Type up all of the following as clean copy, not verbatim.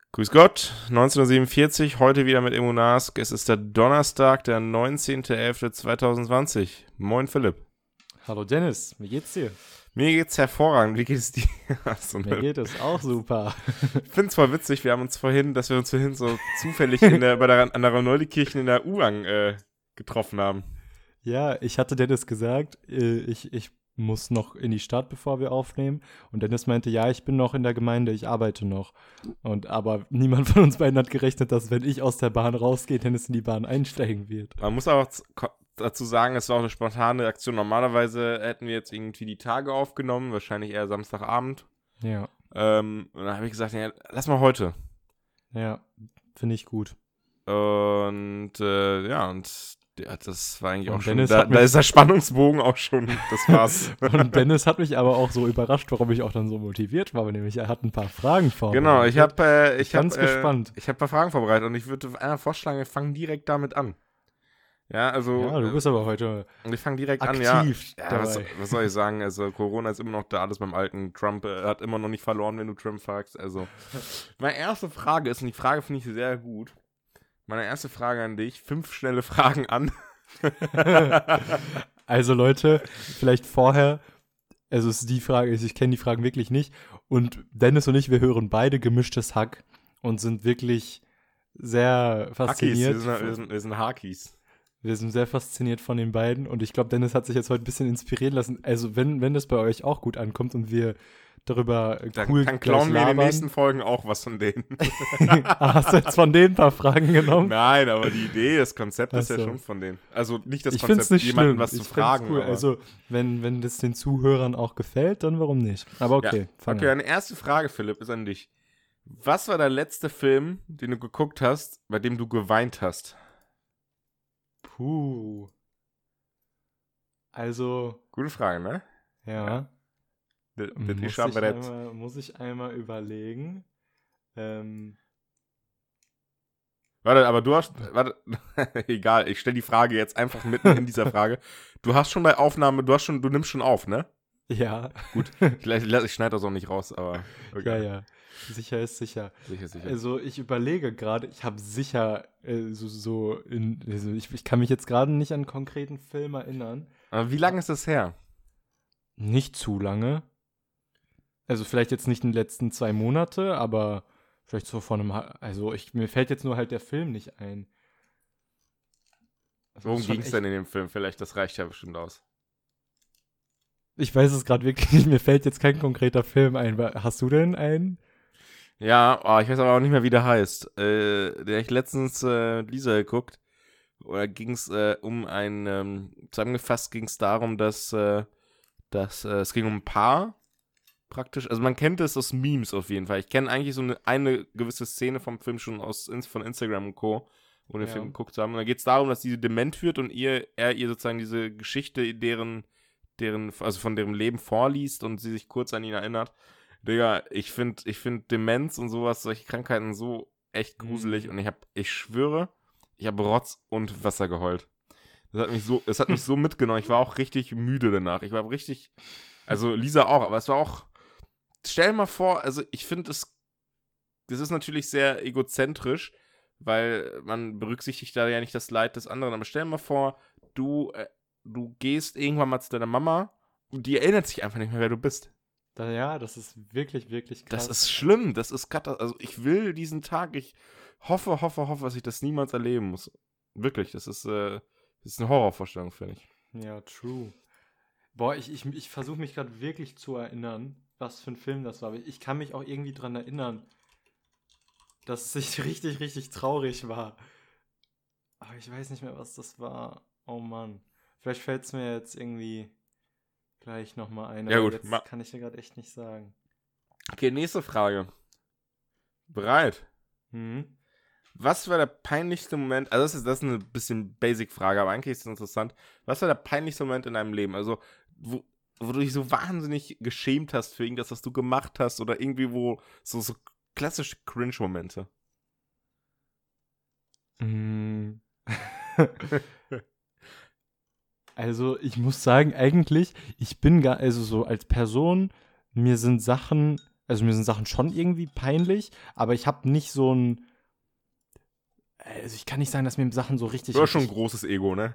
Grüß Gott, 19:47, heute wieder mit Immunask. Es ist der Donnerstag, der 19.11.2020. Moin Philipp. Hallo Dennis, wie geht's dir? Mir geht's hervorragend, wie geht es dir? Mir geht es auch super. Ich finde es voll witzig, dass wir uns vorhin so zufällig an der Ranoldi-Kirche in der U-Bahn getroffen haben. Ja, ich hatte Dennis gesagt, ich muss noch in die Stadt, bevor wir aufnehmen. Und Dennis meinte, ja, ich bin noch in der Gemeinde, ich arbeite noch. Aber niemand von uns beiden hat gerechnet, dass, wenn ich aus der Bahn rausgehe, Dennis in die Bahn einsteigen wird. Man muss auch dazu sagen, es war auch eine spontane Aktion. Normalerweise hätten wir jetzt irgendwie die Tage aufgenommen, wahrscheinlich eher Samstagabend. Ja. Und dann habe ich gesagt, ja, lass mal heute. Ja, finde ich gut. Und das war eigentlich auch schon, da ist der Spannungsbogen auch schon, das war's. Und Dennis hat mich aber auch so überrascht, warum ich auch dann so motiviert war, nämlich er hat ein paar Fragen vorbereitet. Genau, ich bin ganz gespannt. Ich habe ein paar Fragen vorbereitet und ich würde einer vorschlagen, wir fangen direkt damit an. Ja, also. Ja, du bist aber heute ich fange direkt aktiv an, ja. dabei. Was soll ich sagen? Also, Corona ist immer noch da, alles beim Alten. Trump hat immer noch nicht verloren, wenn du Trump fragst. Also, meine erste Frage ist, und die Frage finde ich sehr gut. Meine erste Frage an dich: 5 schnelle Fragen an. Also, Leute, vielleicht vorher. Also, ist die Frage, ich kenne die Fragen wirklich nicht. Und Dennis und ich, wir hören beide Gemischtes Hack und sind wirklich sehr fasziniert. Wir sind Hakis. Wir sind sehr fasziniert von den beiden und ich glaube, Dennis hat sich jetzt heute ein bisschen inspirieren lassen. Also wenn das bei euch auch gut ankommt und wir darüber dann klauen wir in den nächsten Folgen auch was von denen. Hast du jetzt von denen ein paar Fragen genommen? Nein, aber die Idee, das Konzept ist ja schon von denen. Also nicht das ich Konzept, nicht jemanden schlimm. was zu fragen. Cool. Also wenn das den Zuhörern auch gefällt, dann warum nicht? Aber okay, ja. Okay, eine erste Frage, Philipp, ist an dich. Was war der letzte Film, den du geguckt hast, bei dem du geweint hast? Puh. Also. Gute Frage, ne? Ja. Muss ich einmal überlegen. Warte, aber egal, ich stelle die Frage jetzt einfach mitten in dieser Frage. Du hast schon bei Aufnahme, du nimmst schon auf, ne? Ja. Gut, ich schneide das auch nicht raus, aber. Okay. Ja. Sicher ist sicher. Sicher. Also ich überlege gerade, ich habe sicher ich kann mich jetzt gerade nicht an einen konkreten Film erinnern. Aber wie lange ist das her? Nicht zu lange. Also vielleicht jetzt nicht in den letzten 2 Monate, aber vielleicht so vor einem mir fällt jetzt nur halt der Film nicht ein. Worum ging es denn in dem Film? Vielleicht, das reicht ja bestimmt aus. Ich weiß es gerade wirklich nicht, mir fällt jetzt kein konkreter Film ein. Hast du denn einen? Ja, ich weiß aber auch nicht mehr, wie der heißt. Der ich letztens Lisa geguckt. Oder ging es zusammengefasst ging es darum, dass es ging um ein Paar, praktisch. Also man kennt es aus Memes auf jeden Fall. Ich kenne eigentlich so eine gewisse Szene vom Film schon von Instagram und Co., wo wir den Film geguckt haben. Und da geht es darum, dass sie dement wird und er ihr sozusagen diese Geschichte also von deren Leben vorliest und sie sich kurz an ihn erinnert. Digga, ich find Demenz und sowas, solche Krankheiten so echt gruselig und ich schwöre, ich habe Rotz und Wasser geheult. Es hat mich so mitgenommen. Ich war auch richtig müde danach. Ich war richtig, also Lisa auch, aber es war auch, stell dir mal vor, also ich finde das ist natürlich sehr egozentrisch, weil man berücksichtigt da ja nicht das Leid des anderen, aber stell dir mal vor, du gehst irgendwann mal zu deiner Mama und die erinnert sich einfach nicht mehr, wer du bist. Ja, das ist wirklich, wirklich krass. Das ist schlimm, das ist also ich will diesen Tag, ich hoffe, dass ich das niemals erleben muss. Wirklich, das ist eine Horrorvorstellung, finde ich. Ja, true. Boah, ich versuche mich gerade wirklich zu erinnern, was für ein Film das war. Ich kann mich auch irgendwie dran erinnern, dass es richtig, richtig traurig war. Aber ich weiß nicht mehr, was das war. Oh Mann. Vielleicht fällt es mir jetzt irgendwie gleich nochmal ein. Ja gut. Jetzt kann ich dir gerade echt nicht sagen. Okay, nächste Frage. Bereit? Was war der peinlichste Moment, also das ist eine bisschen Basic-Frage, aber eigentlich ist es interessant. Was war der peinlichste Moment in deinem Leben? Also, wo du dich so wahnsinnig geschämt hast für irgendwas, was du gemacht hast oder irgendwie so klassische Cringe-Momente? Also, ich muss sagen, eigentlich, ich bin also so als Person, mir sind Sachen, also mir sind Sachen schon irgendwie peinlich, aber ich habe nicht so ein, also ich kann nicht sagen, dass mir Sachen so richtig. Du hast schon ein großes Ego, ne?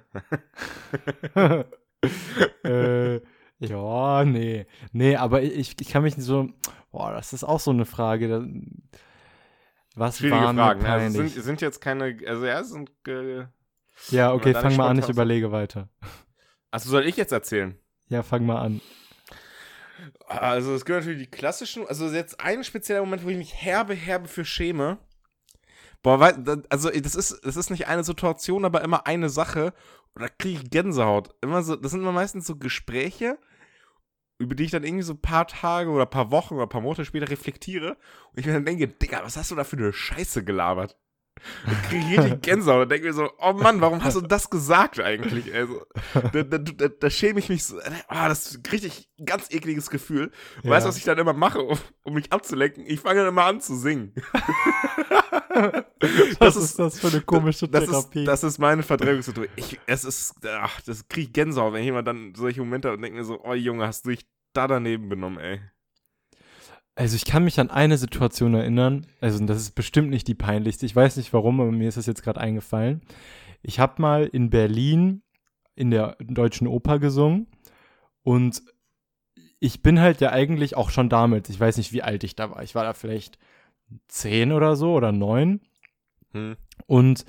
Ja, nee. Nee, aber ich kann mich nicht so, boah, das ist auch so eine Frage. Was Schwierige war mir Fragen, ne? peinlich? Also sind jetzt keine, also ja, es sind, Ja, okay, deine fang mal an, ich spontan- überlege weiter. Achso, soll ich jetzt erzählen? Ja, fang mal an. Also es gibt natürlich die klassischen, also jetzt ein spezieller Moment, wo ich mich herbe für schäme. Boah, also das ist nicht eine Situation, aber immer eine Sache. Und da kriege ich Gänsehaut. Immer so, das sind immer meistens so Gespräche, über die ich dann irgendwie so ein paar Tage oder ein paar Wochen oder ein paar Monate später reflektiere. Und ich mir dann denke, Digga, was hast du da für eine Scheiße gelabert? Ich kriege richtig Gänsehaut und denke mir so, oh Mann, warum hast du das gesagt eigentlich? Also, da schäme ich mich so. Das ist richtig ein ganz ekliges Gefühl. Ja. Weißt du, was ich dann immer mache, um mich abzulenken? Ich fange dann immer an zu singen. Was ist das für eine komische Therapie? Das ist meine Verdrängungsmethode. Das kriege ich Gänsehaut, wenn jemand dann solche Momente hat und denkt mir so, oh Junge, hast du dich da daneben benommen, ey. Also ich kann mich an eine Situation erinnern, also das ist bestimmt nicht die peinlichste, ich weiß nicht warum, aber mir ist das jetzt gerade eingefallen. Ich habe mal in Berlin in der Deutschen Oper gesungen und ich bin halt ja eigentlich auch schon damals, ich weiß nicht, wie alt ich da war, ich war da vielleicht 10 oder so oder 9 und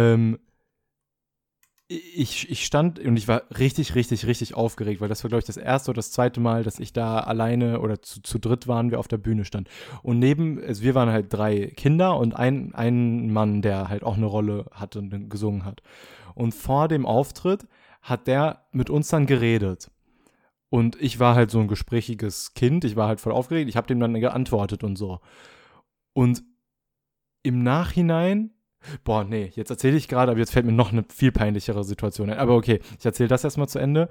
ich stand und ich war richtig, richtig, richtig aufgeregt, weil das war, glaube ich, das erste oder das zweite Mal, dass ich da alleine oder zu dritt waren, wir auf der Bühne stand. Und also wir waren halt 3 Kinder und ein Mann, der halt auch eine Rolle hatte und gesungen hat. Und vor dem Auftritt hat der mit uns dann geredet. Und ich war halt so ein gesprächiges Kind, ich war halt voll aufgeregt, ich habe dem dann geantwortet und so. Und im Nachhinein, boah, nee, jetzt erzähle ich gerade, aber jetzt fällt mir noch eine viel peinlichere Situation ein. Aber okay, ich erzähle das erstmal zu Ende.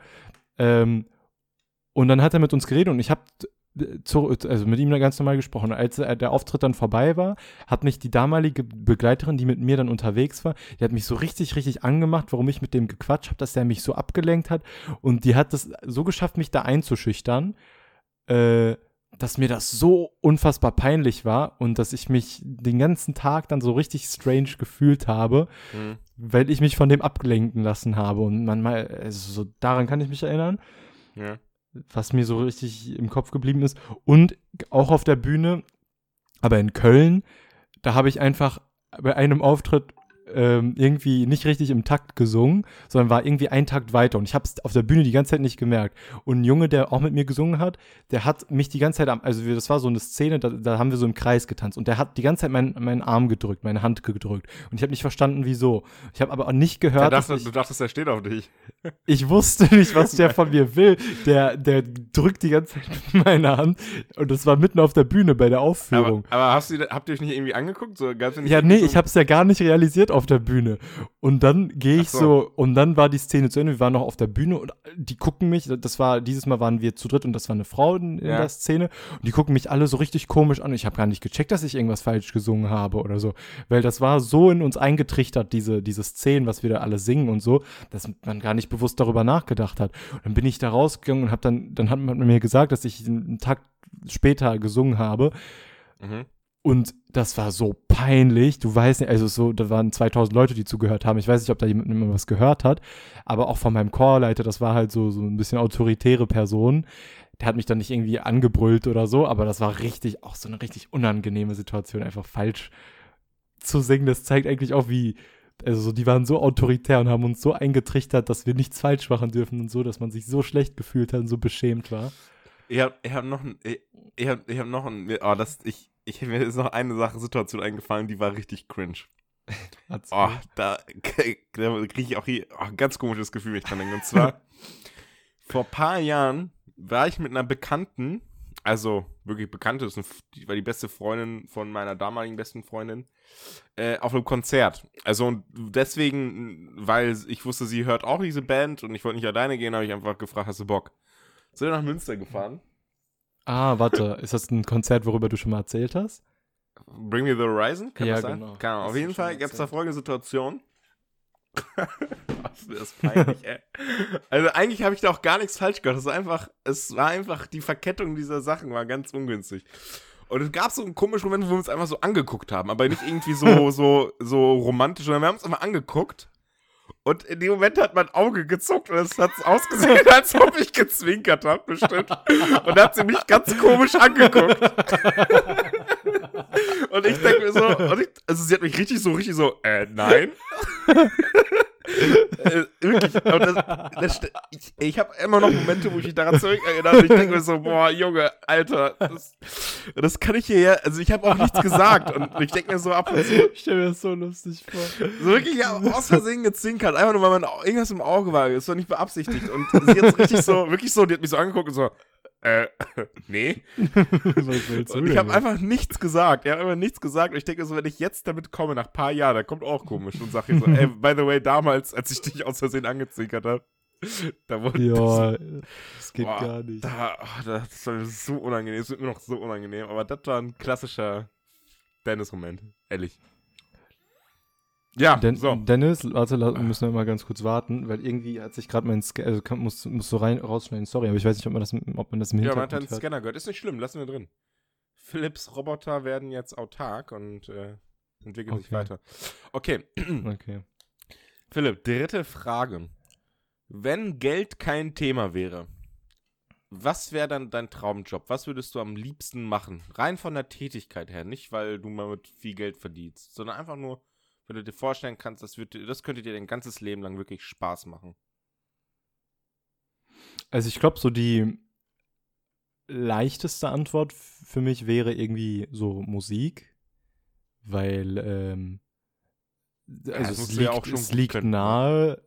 Und dann hat er mit uns geredet und ich habe also mit ihm dann ganz normal gesprochen. Als der Auftritt dann vorbei war, hat mich die damalige Begleiterin, die mit mir dann unterwegs war, die hat mich so richtig, richtig angemacht, warum ich mit dem gequatscht habe, dass der mich so abgelenkt hat. Und die hat das so geschafft, mich da einzuschüchtern, dass mir das so unfassbar peinlich war und dass ich mich den ganzen Tag dann so richtig strange gefühlt habe, weil ich mich von dem ablenken lassen habe. Und manchmal, also so daran kann ich mich erinnern, was mir so richtig im Kopf geblieben ist. Und auch auf der Bühne, aber in Köln, da habe ich einfach bei einem Auftritt irgendwie nicht richtig im Takt gesungen, sondern war irgendwie einen Takt weiter und ich habe es auf der Bühne die ganze Zeit nicht gemerkt. Und ein Junge, der auch mit mir gesungen hat, der hat mich die ganze Zeit, das war so eine Szene, da haben wir so im Kreis getanzt und der hat die ganze Zeit meinen Arm gedrückt, meine Hand gedrückt und ich habe nicht verstanden, wieso. Ich habe aber auch nicht gehört, du dachtest, er steht auf dich. Ich wusste nicht, was der von mir will. Der drückt die ganze Zeit mit meiner Hand und das war mitten auf der Bühne bei der Aufführung. Aber habt ihr euch nicht irgendwie angeguckt? So, ja, nee, ich hab's ja gar nicht realisiert auf der Bühne. Und dann gehe ich so, und dann war die Szene zu Ende, wir waren noch auf der Bühne und die gucken mich, dieses Mal waren wir zu dritt und das war eine Frau in der Szene und die gucken mich alle so richtig komisch an. Ich habe gar nicht gecheckt, dass ich irgendwas falsch gesungen habe oder so, weil das war so in uns eingetrichtert, diese Szenen, was wir da alle singen und so, dass man gar nicht bewusst darüber nachgedacht hat. Und dann bin ich da rausgegangen und dann hat man mir gesagt, dass ich einen Takt später gesungen habe. Und das war so peinlich. Du weißt nicht, also so, da waren 2000 Leute, die zugehört haben. Ich weiß nicht, ob da jemand was gehört hat, aber auch von meinem Chorleiter, das war halt so ein bisschen autoritäre Person. Der hat mich dann nicht irgendwie angebrüllt oder so, aber das war auch so eine richtig unangenehme Situation, einfach falsch zu singen. Das zeigt eigentlich auch, also die waren so autoritär und haben uns so eingetrichtert, dass wir nichts falsch machen dürfen und so, dass man sich so schlecht gefühlt hat und so beschämt war. Mir ist noch eine Situation eingefallen, die war richtig cringe. Da kriege ich auch hier ein ganz komisches Gefühl, wenn ich dran denke. Und zwar, vor ein paar Jahren war ich mit einer Bekannten, also wirklich Bekannte, war die beste Freundin von meiner damaligen besten Freundin, auf einem Konzert. Also und deswegen, weil ich wusste, sie hört auch diese Band und ich wollte nicht alleine gehen, habe ich einfach gefragt, hast du Bock? Sind wir nach Münster gefahren? Warte, ist das ein Konzert, worüber du schon mal erzählt hast? Bring Me the Horizon? Kann das sein? Genau. Keine Ahnung. Auf jeden Fall gab es da folgende Situation. Das ist peinlich, ey. Also eigentlich habe ich da auch gar nichts falsch gemacht. Es war einfach, die Verkettung dieser Sachen war ganz ungünstig. Und es gab so einen komischen Moment, wo wir uns einfach so angeguckt haben, aber nicht irgendwie so romantisch, sondern wir haben uns einfach angeguckt. Und in dem Moment hat mein Auge gezuckt und es hat ausgesehen, als ob ich gezwinkert habe, bestimmt. Und da hat sie mich ganz komisch angeguckt. Und ich denke mir so, also sie hat mich richtig so, nein. Wirklich. Und ich habe immer noch Momente, wo ich mich daran zurückerinnere. Und ich denke mir so, boah, Junge, Alter, das kann ich hier ja, also ich habe auch nichts gesagt. Und ich denke mir so ab und zu. Ich stelle mir das so lustig vor. So wirklich, ja, aus Versehen gezwinkert. Einfach nur, weil man irgendwas im Auge war. Das war nicht beabsichtigt. Und sie jetzt richtig so, wirklich so, die hat mich so angeguckt und so, nee. Und ich habe einfach nichts gesagt. Er hat einfach nichts gesagt. Und ich denke so, wenn ich jetzt damit komme, nach ein paar Jahren, dann kommt auch komisch und sage so, by the way, damals, als ich dich aus Versehen angezwinkert habe, da wurde das geht gar nicht. Das war mir so unangenehm. Es wird mir noch so unangenehm. Aber das war ein klassischer Dennis-Moment. Ehrlich. Ja, so. Dennis, warte, müssen wir mal ganz kurz warten, weil irgendwie hat sich gerade mein musst du rausschneiden, sorry, aber ich weiß nicht, ob man das im Hintergrund Ja, man hat einen Scanner gehört. Ist nicht schlimm, lassen wir drin. Philips Roboter werden jetzt autark und entwickeln sich weiter. Okay. Philipp, dritte Frage. Wenn Geld kein Thema wäre, was wäre dann dein Traumjob? Was würdest du am liebsten machen? Rein von der Tätigkeit her, nicht weil du mal mit viel Geld verdienst, sondern einfach nur, wenn du dir vorstellen kannst, das könnte dir dein ganzes Leben lang wirklich Spaß machen. Also ich glaube, so die leichteste Antwort für mich wäre irgendwie so Musik, weil es liegt nahe.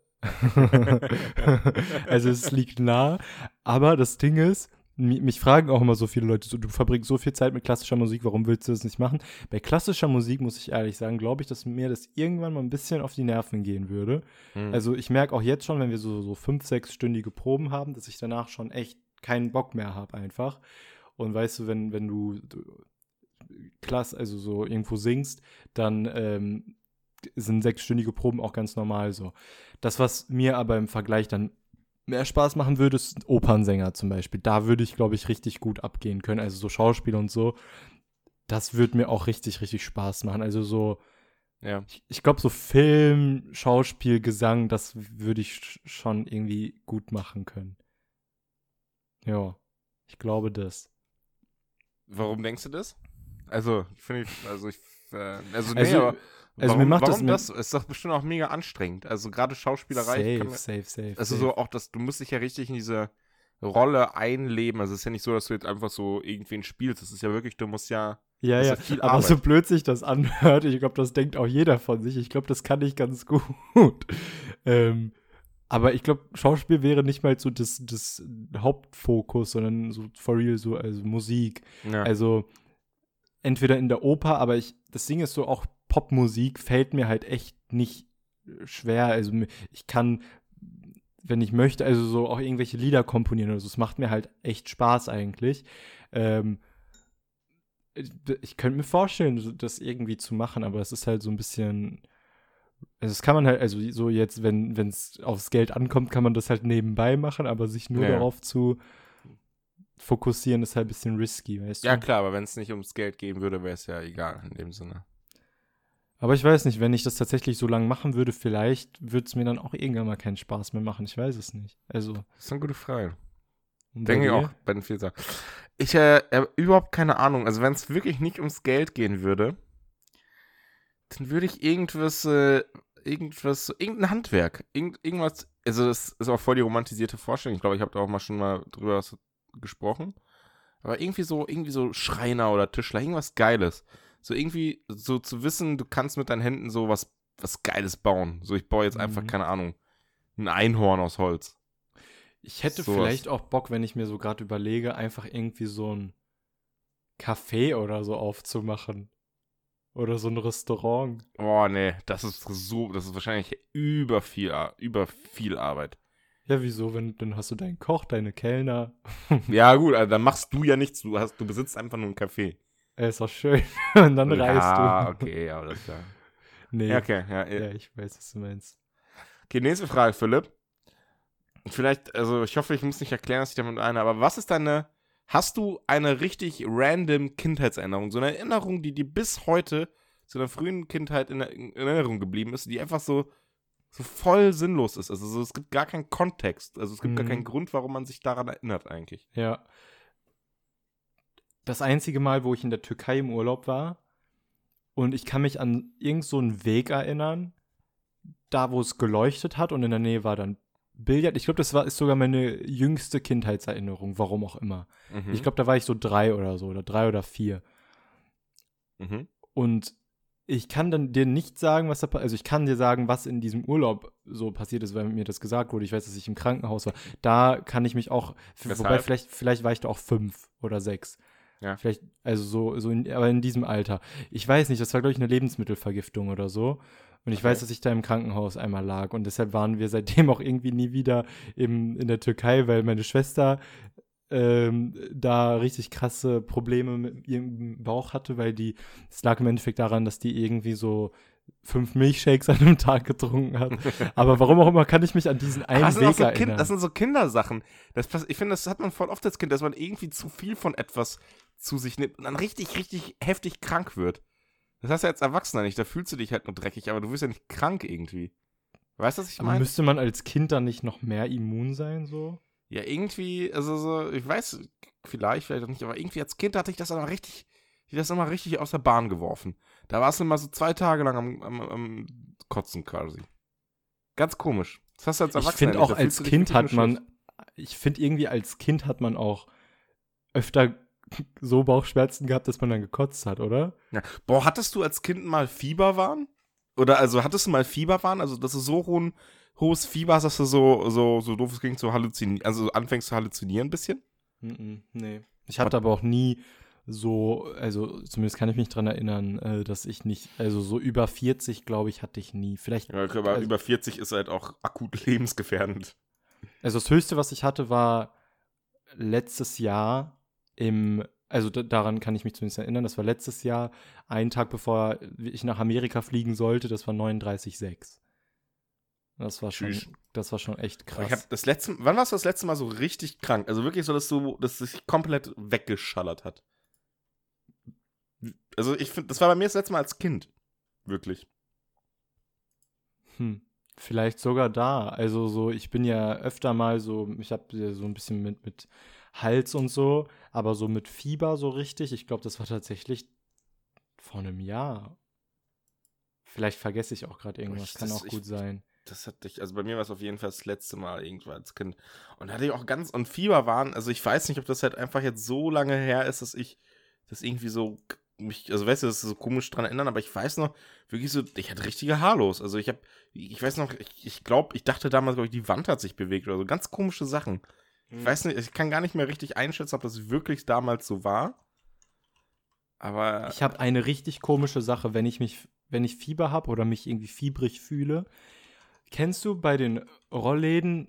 Also es liegt nah, aber das Ding ist, mich fragen auch immer so viele Leute, so, du verbringst so viel Zeit mit klassischer Musik, warum willst du das nicht machen? Bei klassischer Musik, muss ich ehrlich sagen, glaube ich, dass mir das irgendwann mal ein bisschen auf die Nerven gehen würde. Also ich merke auch jetzt schon, wenn wir so 5-6-stündige Proben haben, dass ich danach schon echt keinen Bock mehr habe einfach. Und weißt du, wenn du also so irgendwo singst, dann sind 6-stündige Proben auch ganz normal so. Das, was mir aber im Vergleich dann mehr Spaß machen würde, ist Opernsänger zum Beispiel. Da würde ich, glaube ich, richtig gut abgehen können. Also so Schauspiel und so. Das würde mir auch richtig, richtig Spaß machen. Also so, ja. Ich glaube, so Film, Schauspiel, Gesang, das würde ich schon irgendwie gut machen können. Ja, ich glaube das. Warum denkst du das? Aber mir macht warum das? Ist doch bestimmt auch mega anstrengend. Also gerade Schauspielerei. Safe. Also so auch, du musst dich ja richtig in diese Rolle einleben. Also es ist ja nicht so, dass du jetzt einfach so irgendwen spielst. Es ist ja wirklich, du musst ja. Ja, viel aber Arbeit. So blöd sich das anhört, ich glaube, das denkt auch jeder von sich. Ich glaube, das kann ich ganz gut. Aber ich glaube, Schauspiel wäre nicht mal so das Hauptfokus, sondern so for real, so also Musik. Ja. Also entweder in der Oper, aber das Ding ist so, auch Popmusik fällt mir halt echt nicht schwer. Also ich kann, wenn ich möchte, also so auch irgendwelche Lieder komponieren oder so. Es macht mir halt echt Spaß eigentlich. Ich könnte mir vorstellen, das irgendwie zu machen, aber es ist halt so ein bisschen, also das kann man halt, also so jetzt, wenn es aufs Geld ankommt, kann man das halt nebenbei machen, aber sich nur darauf zu fokussieren, ist halt ein bisschen risky, weißt du? Ja, klar, aber wenn es nicht ums Geld gehen würde, wäre es ja egal in dem Sinne. Aber ich weiß nicht, wenn ich das tatsächlich so lange machen würde, vielleicht würde es mir dann auch irgendwann mal keinen Spaß mehr machen. Ich weiß es nicht. Also. Das ist eine gute Frage. Denke ich auch bei den vielen Sachen. Ich habe überhaupt keine Ahnung. Also wenn es wirklich nicht ums Geld gehen würde, dann würde ich irgendein Handwerk, irgendwas, also das ist auch voll die romantisierte Vorstellung. Ich glaube, ich habe da auch schon mal drüber gesprochen. Aber irgendwie so Schreiner oder Tischler, irgendwas Geiles. So irgendwie so zu wissen, du kannst mit deinen Händen so was Geiles bauen. So, ich baue jetzt einfach, keine Ahnung, ein Einhorn aus Holz. Ich hätte vielleicht auch Bock, wenn ich mir so gerade überlege, einfach irgendwie so ein Café oder so aufzumachen. Oder so ein Restaurant. Oh, nee, das ist wahrscheinlich über viel Arbeit. Ja, wieso? Dann hast du deinen Koch, deine Kellner. Ja, gut, also dann machst du ja nichts. Du besitzt einfach nur ein Café. Ist doch schön. Und dann reist du. Ja, okay, aber das ist ja. Nee. Ja, okay, ja, ich weiß, was du meinst. Okay, nächste Frage, Philipp. Vielleicht, also ich hoffe, ich muss nicht erklären, dass ich damit eine, aber was ist deine Hast du eine richtig random Kindheitserinnerung, so eine Erinnerung, die dir bis heute zu einer frühen Kindheit in Erinnerung geblieben ist, die einfach so voll sinnlos ist. Also es gibt gar keinen Kontext, also es gibt gar keinen Grund, warum man sich daran erinnert eigentlich. Ja. Das einzige Mal, wo ich in der Türkei im Urlaub war und ich kann mich an irgend so einen Weg erinnern, da wo es geleuchtet hat und in der Nähe war dann Billard. Ich glaube, ist sogar meine jüngste Kindheitserinnerung, warum auch immer. Ich glaube, da war ich so 3 oder so, oder 3 oder 4. Und ich kann dann dir nicht sagen, also ich kann dir sagen, was in diesem Urlaub so passiert ist, weil mir das gesagt wurde. Ich weiß, dass ich im Krankenhaus war. Da kann ich mich auch, wobei vielleicht war ich da auch 5 oder 6. Ja. Vielleicht, also aber in diesem Alter. Ich weiß nicht, das war, glaube ich, eine Lebensmittelvergiftung oder so. Und ich weiß, dass ich da im Krankenhaus einmal lag. Und deshalb waren wir seitdem auch irgendwie nie wieder in der Türkei, weil meine Schwester da richtig krasse Probleme mit ihrem Bauch hatte, weil es lag im Endeffekt daran, dass die irgendwie so 5 Milchshakes an einem Tag getrunken hat. Aber warum auch immer kann ich mich an diesen einen Weg erinnern. Das sind so Kindersachen. Ich finde, das hat man voll oft als Kind, dass man irgendwie zu viel von etwas zu sich nimmt und dann richtig, richtig heftig krank wird. Das hast du als Erwachsener nicht, da fühlst du dich halt nur dreckig, aber du wirst ja nicht krank irgendwie. Weißt du, was ich meine? Müsste man als Kind dann nicht noch mehr immun sein, so? Ja, irgendwie, also so, ich weiß, vielleicht auch nicht, aber irgendwie als Kind hatte ich das immer richtig aus der Bahn geworfen. Da war es immer so 2 Tage lang am Kotzen quasi. Ganz komisch. Das hast du als Erwachsener nicht. Ich finde irgendwie als Kind hat man auch öfter so Bauchschmerzen gehabt, dass man dann gekotzt hat, oder? Ja. Boah, hattest du als Kind mal Fieberwahn? Oder also hattest du mal Fieberwahn? Also, dass du so hohes Fieber hast, dass du so doof es klingt, also anfängst zu halluzinieren ein bisschen? Nee. Ich hatte aber auch nie so, also zumindest kann ich mich dran erinnern, dass ich nicht, also so über 40, glaube ich, hatte ich nie. Vielleicht. Ja, aber über 40 ist halt auch akut lebensgefährdend. Also das Höchste, was ich hatte, war letztes Jahr also daran kann ich mich zumindest erinnern, das war letztes Jahr, einen Tag bevor ich nach Amerika fliegen sollte, das war 39,6. Das war schon echt krass. Wann warst du das letzte Mal so richtig krank? Also wirklich so, dass es sich komplett weggeschallert hat. Also ich finde, das war bei mir das letzte Mal als Kind. Wirklich. Vielleicht sogar da. Also so, ich bin ja öfter mal so, ich habe ja so ein bisschen mit Hals und so, aber so mit Fieber so richtig. Ich glaube, das war tatsächlich vor einem Jahr. Vielleicht vergesse ich auch gerade irgendwas, kann auch gut sein. Also bei mir war es auf jeden Fall das letzte Mal irgendwann als Kind. Und da hatte ich auch und Fieber waren, also ich weiß nicht, ob das halt einfach jetzt so lange her ist, dass ich das irgendwie so also weißt du, das ist so komisch dran erinnern, aber ich weiß noch, wirklich so, ich hatte richtige Haarlos. Also ich weiß noch, ich dachte damals, glaube ich, die Wand hat sich bewegt oder so, ganz komische Sachen. Ich weiß nicht, ich kann gar nicht mehr richtig einschätzen, ob das wirklich damals so war. Aber ich habe eine richtig komische Sache, wenn ich Fieber habe oder mich irgendwie fiebrig fühle. Kennst du bei den Rollläden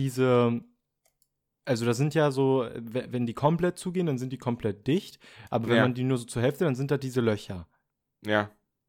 also da sind ja so, wenn die komplett zugehen, dann sind die komplett dicht. Aber wenn man die nur so zur Hälfte, dann sind da diese Löcher. Ja.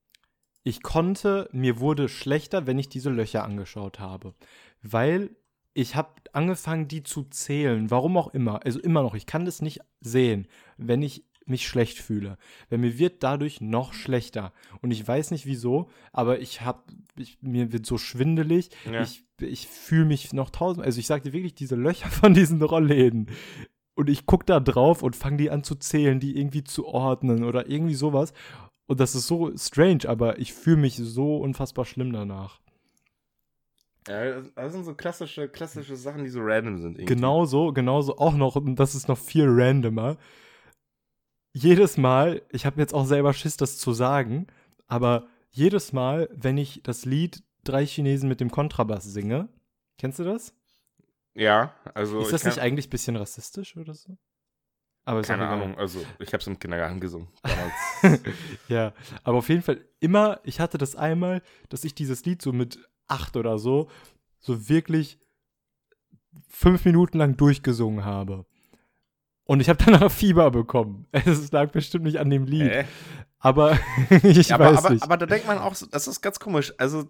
Mir wurde schlechter, wenn ich diese Löcher angeschaut habe. Weil ich habe angefangen, die zu zählen. Warum auch immer. Also immer noch, ich kann das nicht sehen, wenn ich mich schlecht fühle. Weil mir wird dadurch noch schlechter. Und ich weiß nicht wieso, aber mir wird so schwindelig. Ja. Ich fühle mich noch 1000. Also ich sag dir wirklich, diese Löcher von diesen Rollläden. Und ich gucke da drauf und fange die an zu zählen, die irgendwie zu ordnen oder irgendwie sowas. Und das ist so strange, aber ich fühle mich so unfassbar schlimm danach. Ja, das sind so klassische Sachen, die so random sind. Irgendwie. Genauso auch noch, und das ist noch viel randomer. Jedes Mal, ich habe jetzt auch selber Schiss, das zu sagen, aber jedes Mal, wenn ich das Lied 3 Chinesen mit dem Kontrabass singe, kennst du das? Ja, also. Ist das nicht eigentlich ein bisschen rassistisch oder so? Aber keine Ahnung, also ich habe es im Kindergarten gesungen. Ja, aber auf jeden Fall ich hatte das einmal, dass ich dieses Lied so mit 8 oder so wirklich 5 Minuten lang durchgesungen habe. Und ich habe danach Fieber bekommen. Es lag bestimmt nicht an dem Lied. Aber ich weiß nicht. Aber da denkt man auch, das ist ganz komisch. Also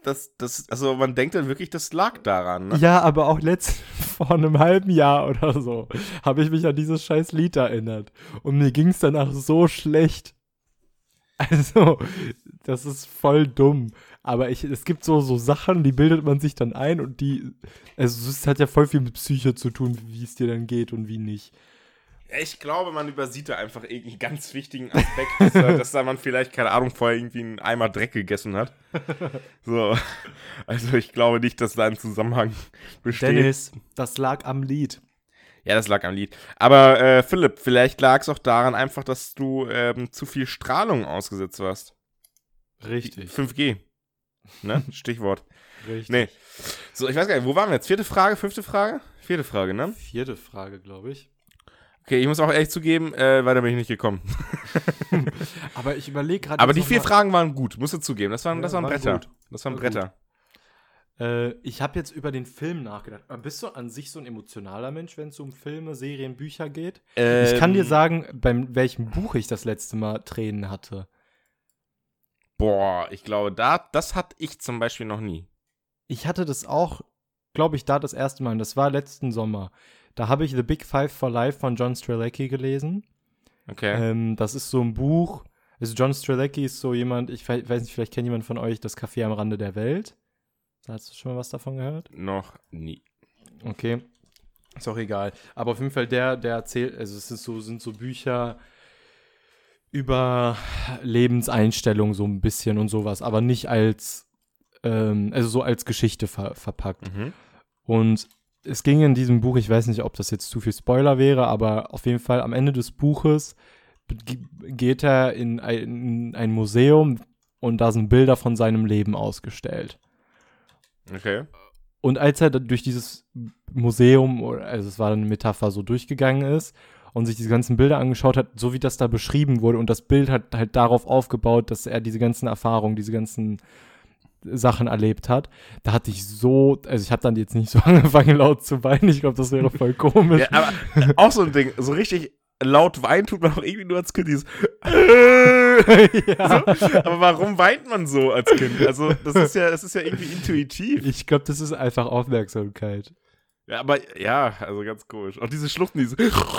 also man denkt dann wirklich, das lag daran, ne? Ja, aber auch vor einem halben Jahr oder so habe ich mich an dieses scheiß Lied erinnert. Und mir ging es danach so schlecht. Also, das ist voll dumm. Aber es gibt so Sachen, die bildet man sich dann ein und also es hat ja voll viel mit Psyche zu tun, wie es dir dann geht und wie nicht. Ich glaube, man übersieht da einfach irgendeinen ganz wichtigen Aspekt, dass da man vielleicht, keine Ahnung, vorher irgendwie einen Eimer Dreck gegessen hat. So. Also ich glaube nicht, dass da ein Zusammenhang besteht. Dennis, das lag am Lied. Ja, das lag am Lied. Aber Philipp, vielleicht lag es auch daran einfach, dass du zu viel Strahlung ausgesetzt warst. Richtig. 5G. Ne? Stichwort. Richtig. Nee. So, ich weiß gar nicht, wo waren wir jetzt? 4. Frage, 5. Frage? 4. Frage, ne? 4. Frage, glaube ich. Okay, ich muss auch ehrlich zugeben, weiter bin ich nicht gekommen. Aber ich überlege gerade. Aber die 4 Fragen waren gut, musst du zugeben. Das waren Bretter. Gut. Das waren Bretter. Ich habe jetzt über den Film nachgedacht. Aber bist du an sich so ein emotionaler Mensch, wenn es um Filme, Serien, Bücher geht? Ich kann dir sagen, bei welchem Buch ich das letzte Mal Tränen hatte. Boah, ich glaube, das hatte ich zum Beispiel noch nie. Ich hatte das auch, glaube ich, da das erste Mal. Und das war letzten Sommer. Da habe ich The Big Five for Life von John Strzelecki gelesen. Okay. Das ist so ein Buch. Also John Strzelecki ist so jemand, ich weiß nicht, vielleicht kennt jemand von euch das Café am Rande der Welt. Hast du schon mal was davon gehört? Noch nie. Okay. Ist auch egal. Aber auf jeden Fall, der erzählt, also es sind so Bücher über Lebenseinstellung so ein bisschen und sowas, aber nicht als, also so als Geschichte verpackt. Mhm. Und es ging in diesem Buch, ich weiß nicht, ob das jetzt zu viel Spoiler wäre, aber auf jeden Fall am Ende des Buches geht er in ein Museum und da sind Bilder von seinem Leben ausgestellt. Okay. Und als er durch dieses Museum, also es war eine Metapher, so durchgegangen ist und sich diese ganzen Bilder angeschaut hat, so wie das da beschrieben wurde und das Bild hat halt darauf aufgebaut, dass er diese ganzen Erfahrungen, diese ganzen Sachen erlebt hat, da hatte ich also ich habe dann jetzt nicht so angefangen laut zu weinen, ich glaube, das wäre voll komisch. Ja, aber auch so ein Ding, so richtig laut weinen tut man auch irgendwie nur als Kind, dieses Ja. So, aber warum weint man so als Kind? Also das ist ja irgendwie intuitiv. Ich glaube, das ist einfach Aufmerksamkeit. Ja, aber ja, also ganz komisch. Auch diese Schluchten, diese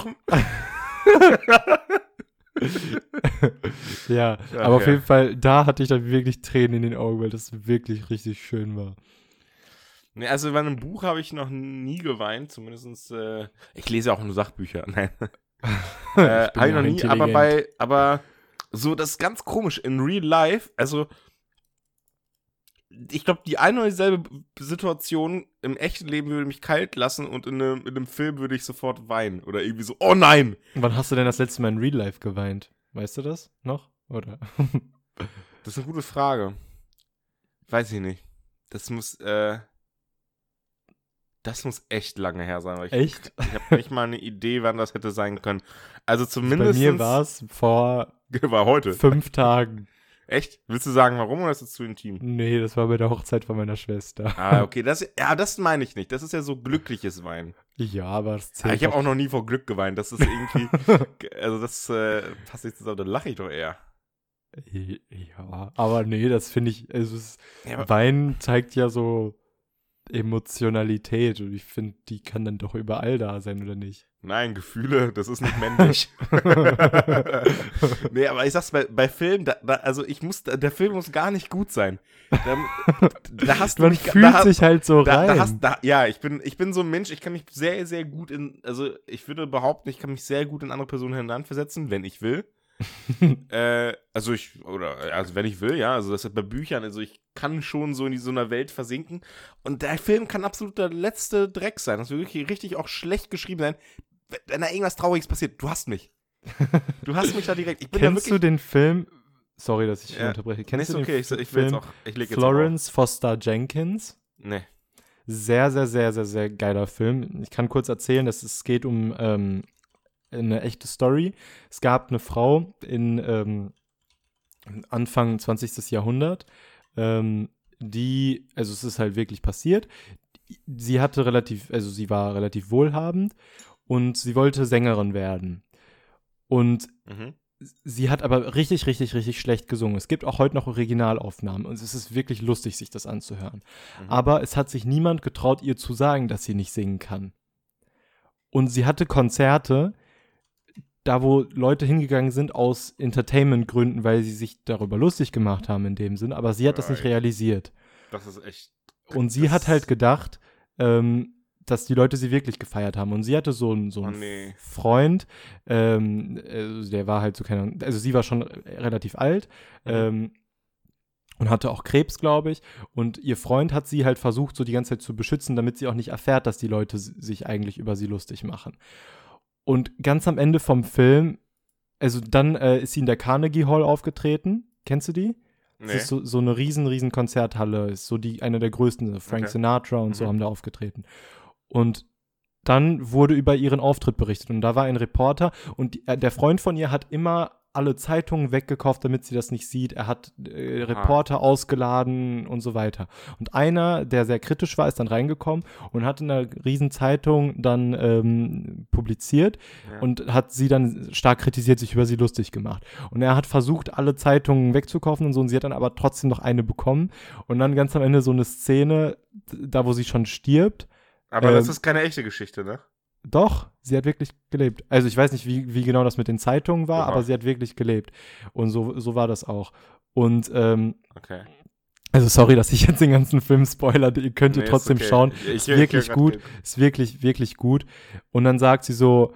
Ja, Ach, aber auf ja. jeden Fall, da hatte ich dann wirklich Tränen in den Augen, weil das wirklich richtig schön war. Nee, also bei einem Buch habe ich noch nie geweint, zumindest, ich lese auch nur Sachbücher. Nein. Habe ich noch nie, aber so, das ist ganz komisch. In Real Life, also ich glaube, die eine oder dieselbe Situation im echten Leben würde mich kalt lassen und in einem Film würde ich sofort weinen. Oder irgendwie so, oh nein! Wann hast du denn das letzte Mal in Real Life geweint? Weißt du das noch? Oder? Das ist eine gute Frage. Weiß ich nicht. Das muss echt lange her sein. Weil Echt? Ich habe nicht mal eine Idee, wann das hätte sein können. Also zumindest. Bei mir war es vor war heute. 5 Tagen. Echt? Willst du sagen, warum oder ist das zu intim? Nee, das war bei der Hochzeit von meiner Schwester. Ah, okay. Das meine ich nicht. Das ist ja so glückliches Weinen. Ja, aber es zählt. Ich habe auch noch nie vor Glück geweint. Das ist irgendwie. Also, das passt nicht zusammen. Da lache ich doch eher. Ja, aber nee, das finde ich. Also Ja, Weinen zeigt ja so Emotionalität und ich finde, die kann dann doch überall da sein, oder nicht? Nein, Gefühle, das ist nicht männlich. Nee, aber ich sag's bei Filmen, der Film muss gar nicht gut sein. Da hast du Man mich, fühlt sich halt so rein. Ja, ich bin so ein Mensch, ich kann mich sehr, sehr gut ich würde behaupten, ich kann mich sehr gut in andere Personen hineinversetzen, wenn ich will. Also wenn ich will, ja, also das ist bei Büchern, also ich kann schon so in so einer Welt versinken und der Film kann absolut der letzte Dreck sein, das wird wirklich richtig auch schlecht geschrieben sein, wenn da irgendwas Trauriges passiert, du hast mich da direkt, Kennst du den Film, sorry, dass ich unterbreche, kennst du den Film Florence Foster Jenkins? Nee. Sehr, sehr, sehr, sehr, sehr geiler Film. Ich kann kurz erzählen, dass es geht um eine echte Story. Es gab eine Frau in Anfang 20. Jahrhundert, also es ist halt wirklich passiert. Sie war relativ wohlhabend und sie wollte Sängerin werden. Und sie hat aber richtig, richtig, richtig schlecht gesungen. Es gibt auch heute noch Originalaufnahmen und es ist wirklich lustig, sich das anzuhören. Aber es hat sich niemand getraut, ihr zu sagen, dass sie nicht singen kann. Und sie hatte Konzerte, da wo Leute hingegangen sind aus Entertainment-Gründen, weil sie sich darüber lustig gemacht haben in dem Sinn, aber sie hat das nicht realisiert. Das ist echt. Und sie hat halt gedacht, dass die Leute sie wirklich gefeiert haben. Und sie hatte so einen Freund, der war halt so, keine Ahnung, also sie war schon relativ alt und hatte auch Krebs, glaube ich. Und ihr Freund hat sie halt versucht, so die ganze Zeit zu beschützen, damit sie auch nicht erfährt, dass die Leute sich eigentlich über sie lustig machen. Und ganz am Ende vom Film, also dann ist sie in der Carnegie Hall aufgetreten. Kennst du die? Nee. Das ist so eine riesen Konzerthalle, ist so eine der größten. Frank Sinatra und so haben da aufgetreten. Und dann wurde über ihren Auftritt berichtet und da war ein Reporter und der Freund von ihr hat immer alle Zeitungen weggekauft, damit sie das nicht sieht. Er hat Reporter ausgeladen und so weiter. Und einer, der sehr kritisch war, ist dann reingekommen und hat in einer riesen Zeitung dann publiziert und hat sie dann stark kritisiert, sich über sie lustig gemacht. Und er hat versucht, alle Zeitungen wegzukaufen und so, und sie hat dann aber trotzdem noch eine bekommen. Und dann ganz am Ende so eine Szene, da wo sie schon stirbt. Aber das ist keine echte Geschichte, ne? Doch, sie hat wirklich gelebt. Also ich weiß nicht, wie genau das mit den Zeitungen war, aber sie hat wirklich gelebt. Und so war das auch. Und okay. Also sorry, dass ich jetzt den ganzen Film spoilere. Ihr könnt ihr trotzdem schauen. Ist wirklich gut. Ist wirklich, wirklich gut. Und dann sagt sie so,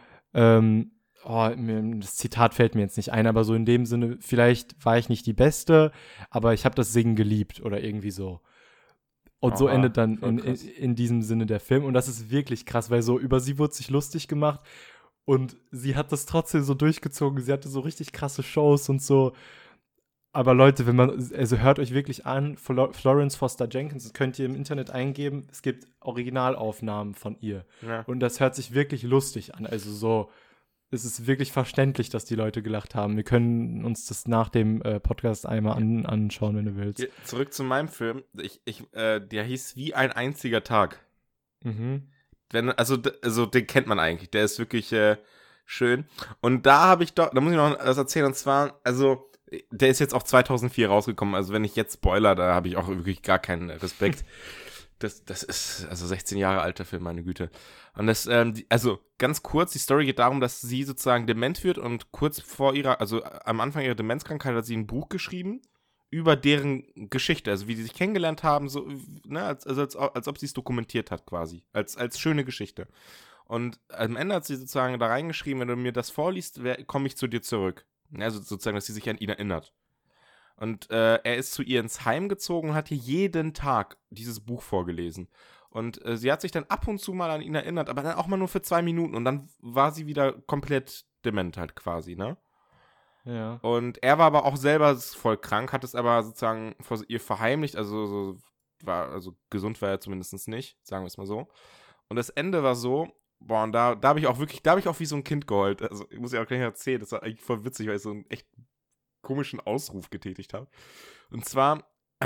das Zitat fällt mir jetzt nicht ein, aber so in dem Sinne, vielleicht war ich nicht die Beste, aber ich habe das Singen geliebt oder irgendwie so. Und so endet dann in diesem Sinne der Film. Und das ist wirklich krass, weil so über sie wurde sich lustig gemacht und sie hat das trotzdem so durchgezogen. Sie hatte so richtig krasse Shows und so. Aber Leute, hört euch wirklich an, Florence Foster Jenkins, das könnt ihr im Internet eingeben. Es gibt Originalaufnahmen von ihr. Ja. Und das hört sich wirklich lustig an. Also so, es ist wirklich verständlich, dass die Leute gelacht haben. Wir können uns das nach dem Podcast einmal anschauen, wenn du willst. Zurück zu meinem Film. Der hieß Wie ein einziger Tag. Mhm. Also den kennt man eigentlich. Der ist wirklich schön. Und da muss ich noch was erzählen. Und zwar, also, der ist jetzt auch 2004 rausgekommen. Also, wenn ich jetzt spoiler, da habe ich auch wirklich gar keinen Respekt. Das ist also 16 Jahre alter Film, meine Güte. Und also ganz kurz, die Story geht darum, dass sie sozusagen dement wird und kurz vor am Anfang ihrer Demenzkrankheit hat sie ein Buch geschrieben über deren Geschichte, also wie sie sich kennengelernt haben, so, ne, als ob sie es dokumentiert hat quasi, als schöne Geschichte. Und am Ende hat sie sozusagen da reingeschrieben, wenn du mir das vorliest, komme ich zu dir zurück. Also sozusagen, dass sie sich an ihn erinnert. Und er ist zu ihr ins Heim gezogen und hat ihr jeden Tag dieses Buch vorgelesen. Und sie hat sich dann ab und zu mal an ihn erinnert, aber dann auch mal nur für 2 Minuten. Und dann war sie wieder komplett dement halt quasi, ne? Ja. Und er war aber auch selber voll krank, hat es aber sozusagen vor ihr verheimlicht. Also gesund war er zumindest nicht, sagen wir es mal so. Und das Ende war so, boah, und da habe ich auch wie so ein Kind geheult. Also ich muss ja auch gleich erzählen, das war eigentlich voll witzig, weil ich so einen echt komischen Ausruf getätigt habe. Und zwar,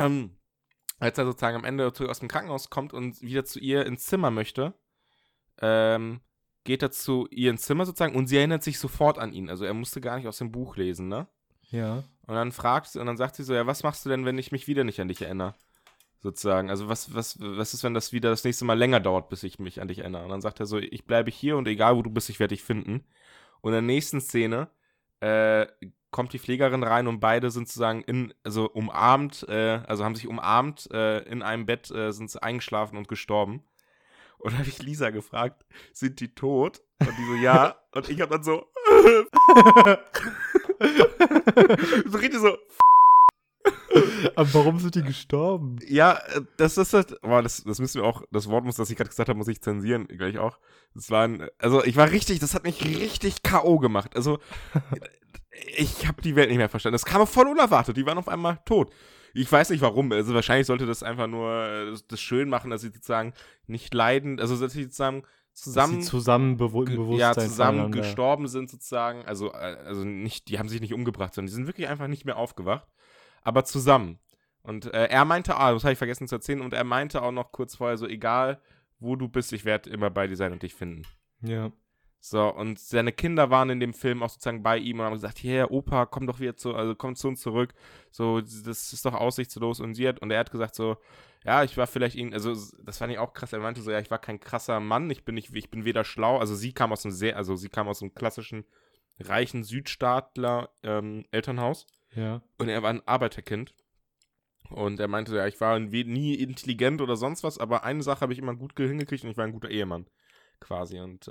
als er sozusagen am Ende aus dem Krankenhaus kommt und wieder zu ihr ins Zimmer möchte, geht er zu ihr ins Zimmer sozusagen und sie erinnert sich sofort an ihn. Also er musste gar nicht aus dem Buch lesen, ne? Ja. Und dann sagt sie so, ja, was machst du denn, wenn ich mich wieder nicht an dich erinnere? Sozusagen. Also was ist, wenn das wieder das nächste Mal länger dauert, bis ich mich an dich erinnere? Und dann sagt er so, ich bleibe hier und egal wo du bist, ich werde dich finden. Und in der nächsten Szene kommt die Pflegerin rein und beide sind sozusagen umarmt, haben sich umarmt, in einem Bett sind sie eingeschlafen und gestorben. Und da habe ich Lisa gefragt, sind die tot? Und die so, ja. Und ich habe dann so so richtig so aber warum sind die gestorben? Ja, das müssen wir auch, das Wort, das ich gerade gesagt habe, muss ich zensieren, gleich auch. Das hat mich richtig K.O. gemacht. Also, ich habe die Welt nicht mehr verstanden. Das kam voll unerwartet, die waren auf einmal tot. Ich weiß nicht warum, also wahrscheinlich sollte das einfach nur das schön machen, dass sie sozusagen nicht leiden, also dass sie sozusagen zusammen gestorben sind sozusagen, also nicht, die haben sich nicht umgebracht, sondern die sind wirklich einfach nicht mehr aufgewacht, aber zusammen. Und er meinte, das habe ich vergessen zu erzählen, und er meinte auch noch kurz vorher so, egal wo du bist, ich werde immer bei dir sein und dich finden. Ja. So, und seine Kinder waren in dem Film auch sozusagen bei ihm und haben gesagt, hier, Opa, komm doch wieder komm zu uns zurück. So, das ist doch aussichtslos. Und er hat gesagt so, ja, ich war vielleicht also das fand ich auch krass. Er meinte so, ja, ich war kein krasser Mann, ich bin weder schlau. Also sie kam aus einem klassischen reichen Südstaatler Elternhaus. Ja. Und er war ein Arbeiterkind. Und er meinte, ja, ich war nie intelligent oder sonst was, aber eine Sache habe ich immer gut hingekriegt und ich war ein guter Ehemann. Quasi. Und